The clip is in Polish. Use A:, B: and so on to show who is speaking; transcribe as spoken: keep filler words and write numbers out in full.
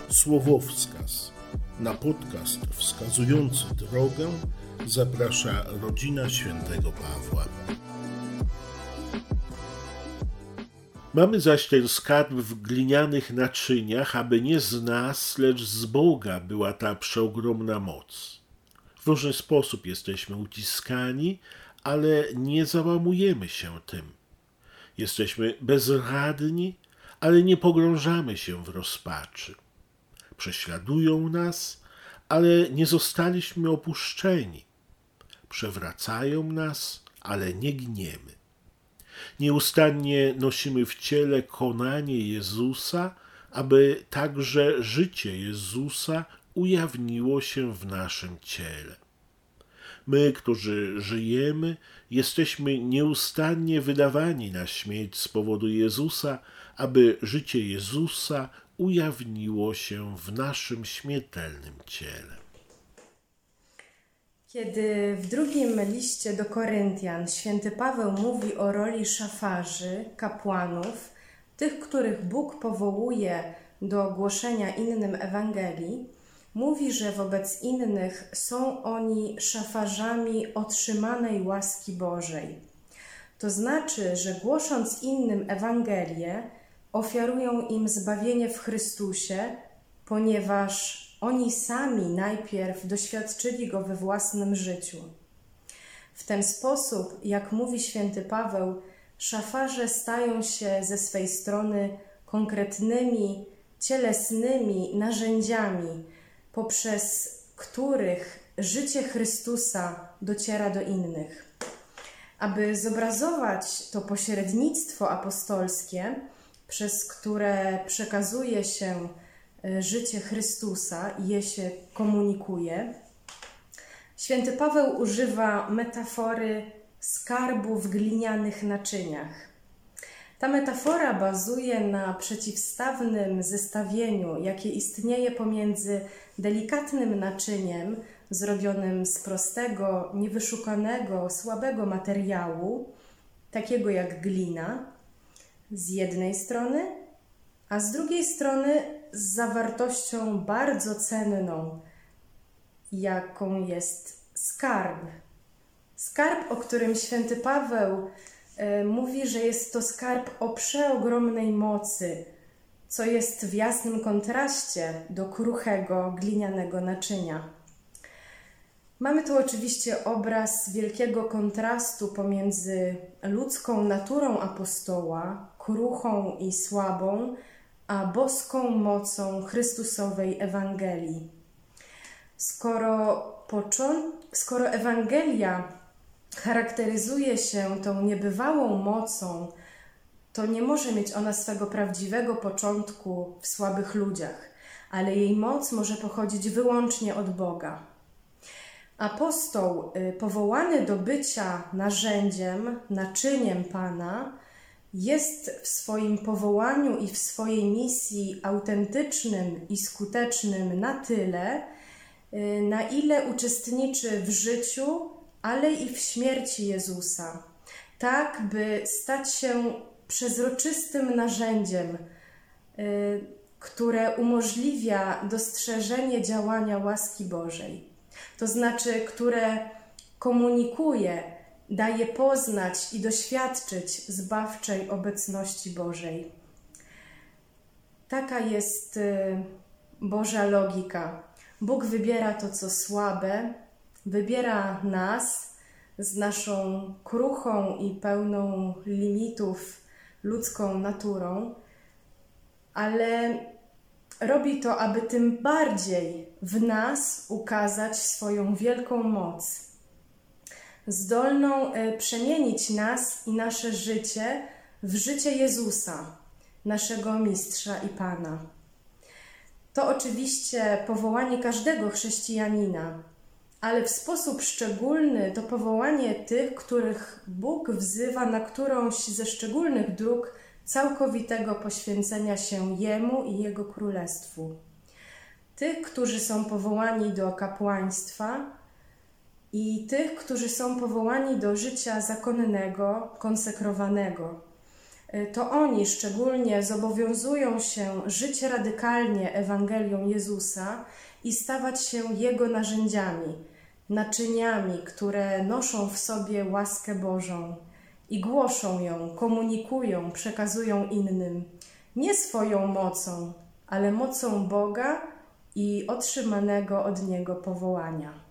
A: Słowowskaz. Na podcast wskazujący drogę zaprasza rodzina świętego Pawła. Mamy zaś ten skarb w glinianych naczyniach, aby nie z nas, lecz z Boga była ta przeogromna moc. W różny sposób jesteśmy uciskani, ale nie załamujemy się tym. Jesteśmy bezradni, ale nie pogrążamy się w rozpaczy. Prześladują nas, ale nie zostaliśmy opuszczeni. Przewracają nas, ale nie gniemy. Nieustannie nosimy w ciele konanie Jezusa, aby także życie Jezusa ujawniło się w naszym ciele. My, którzy żyjemy, jesteśmy nieustannie wydawani na śmierć z powodu Jezusa, aby życie Jezusa ujawniło się w naszym śmiertelnym ciele.
B: Kiedy w drugim liście do Koryntian święty Paweł mówi o roli szafarzy, kapłanów, tych, których Bóg powołuje do głoszenia innym Ewangelii, mówi, że wobec innych są oni szafarzami otrzymanej łaski Bożej. To znaczy, że głosząc innym Ewangelię, ofiarują im zbawienie w Chrystusie, ponieważ oni sami najpierw doświadczyli Go we własnym życiu. W ten sposób, jak mówi święty Paweł, szafarze stają się ze swej strony konkretnymi, cielesnymi narzędziami, poprzez których życie Chrystusa dociera do innych. Aby zobrazować to pośrednictwo apostolskie, przez które przekazuje się życie Chrystusa i je się komunikuje, święty Paweł używa metafory skarbu w glinianych naczyniach. Ta metafora bazuje na przeciwstawnym zestawieniu, jakie istnieje pomiędzy delikatnym naczyniem zrobionym z prostego, niewyszukanego, słabego materiału, takiego jak glina, z jednej strony, a z drugiej strony z zawartością bardzo cenną, jaką jest skarb. Skarb, o którym święty Paweł y, mówi, że jest to skarb o przeogromnej mocy, co jest w jasnym kontraście do kruchego, glinianego naczynia. Mamy tu oczywiście obraz wielkiego kontrastu pomiędzy ludzką naturą apostoła, kruchą i słabą, a boską mocą Chrystusowej Ewangelii. Skoro, począ- skoro Ewangelia charakteryzuje się tą niebywałą mocą, to nie może mieć ona swego prawdziwego początku w słabych ludziach, ale jej moc może pochodzić wyłącznie od Boga. Apostoł powołany do bycia narzędziem, naczyniem Pana, jest w swoim powołaniu i w swojej misji autentycznym i skutecznym na tyle, na ile uczestniczy w życiu, ale i w śmierci Jezusa, tak by stać się przezroczystym narzędziem, które umożliwia dostrzeżenie działania łaski Bożej. To znaczy, które komunikuje, daje poznać i doświadczyć zbawczej obecności Bożej. Taka jest Boża logika. Bóg wybiera to, co słabe, wybiera nas z naszą kruchą i pełną limitów ludzką naturą, ale robi to, aby tym bardziej w nas ukazać swoją wielką moc, zdolną przemienić nas i nasze życie w życie Jezusa, naszego Mistrza i Pana. To oczywiście powołanie każdego chrześcijanina, ale w sposób szczególny to powołanie tych, których Bóg wzywa na którąś ze szczególnych dróg całkowitego poświęcenia się Jemu i Jego Królestwu. Tych, którzy są powołani do kapłaństwa i tych, którzy są powołani do życia zakonnego, konsekrowanego. to oni szczególnie zobowiązują się żyć radykalnie Ewangelią Jezusa i stawać się Jego narzędziami, naczyniami, które noszą w sobie łaskę Bożą i głoszą ją, komunikują, przekazują innym, nie swoją mocą, ale mocą Boga i otrzymanego od Niego powołania.